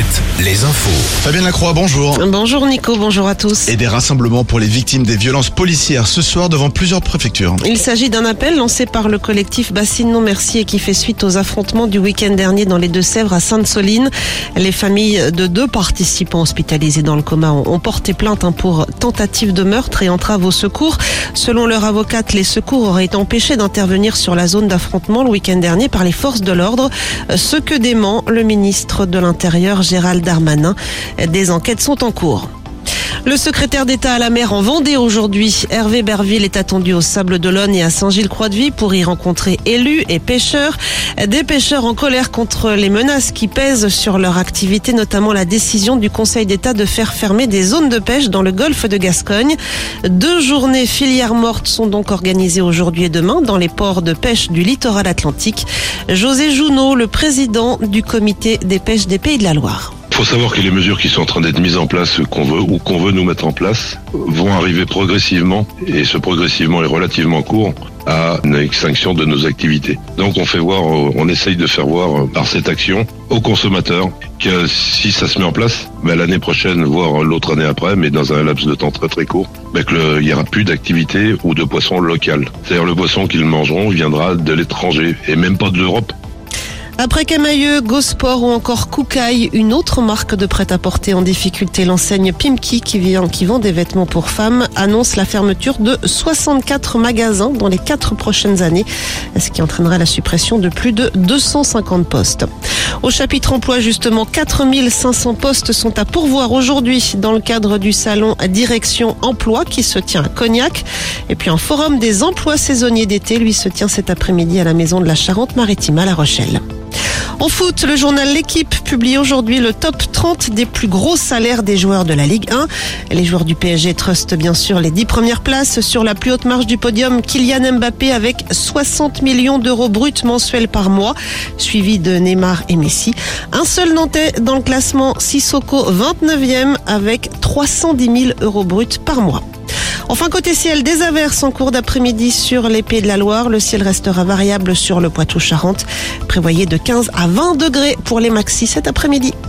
vite, les infos. Fabienne Lacroix, bonjour. Bonjour Nico, bonjour à tous. Et des rassemblements pour les victimes des violences policières ce soir devant plusieurs préfectures. Il s'agit d'un appel lancé par le collectif Bassine Non Merci et qui fait suite aux affrontements du week-end dernier dans les Deux-Sèvres à Sainte-Soline. Les familles de 2 participants hospitalisés dans le coma ont porté plainte pour tentative de meurtre et entrave au secours. Selon leur avocate, les secours auraient été empêchés d'intervenir sur la zone d'affrontement le week-end dernier par les forces de l'ordre. Ce que dément le ministre de l'Intérieur Gérald Darmanin. Des enquêtes sont en cours. Le secrétaire d'État à la mer en Vendée aujourd'hui, Hervé Berville, est attendu au Sables-d'Olonne et à Saint-Gilles-Croix-de-Vie pour y rencontrer élus et pêcheurs. Des pêcheurs en colère contre les menaces qui pèsent sur leur activité, notamment la décision du Conseil d'État de faire fermer des zones de pêche dans le golfe de Gascogne. 2 journées filières mortes sont donc organisées aujourd'hui et demain dans les ports de pêche du littoral atlantique. José Jounot, le président du comité des pêches des Pays de la Loire. Il faut savoir que les mesures qui sont en train d'être mises en place, qu'on veut nous mettre en place, vont arriver progressivement, et ce progressivement est relativement court, à une extinction de nos activités. Donc on essaye de faire voir par cette action aux consommateurs que si ça se met en place, l'année prochaine, voire l'autre année après, mais dans un laps de temps très très court, qu'il n'y aura plus d'activité ou de poisson local. C'est-à-dire le poisson qu'ils mangeront viendra de l'étranger et même pas de l'Europe. Après Camailleux, Gosport ou encore Koukaï, une autre marque de prêt-à-porter en difficulté, l'enseigne Pimki qui vend des vêtements pour femmes, annonce la fermeture de 64 magasins dans les 4 prochaines années, ce qui entraînera la suppression de plus de 250 postes. Au chapitre emploi, justement, 4500 postes sont à pourvoir aujourd'hui dans le cadre du salon Direction Emploi qui se tient à Cognac. Et puis un forum des emplois saisonniers d'été, lui, se tient cet après-midi à la Maison de la Charente-Maritime à La Rochelle. En foot, le journal L'Équipe publie aujourd'hui le top 30 des plus gros salaires des joueurs de la Ligue 1. Les joueurs du PSG trustent bien sûr les 10 premières places. Sur la plus haute marche du podium, Kylian Mbappé avec 60 millions d'euros bruts mensuels par mois, suivi de Neymar et Messi. Un seul Nantais dans le classement, Sissoko 29e avec 310 000 euros bruts par mois. Enfin, côté ciel, des averses en cours d'après-midi sur les Pays de la Loire. Le ciel restera variable sur le Poitou-Charentes. Prévoyez de 15 à 20 degrés pour les maxis cet après-midi.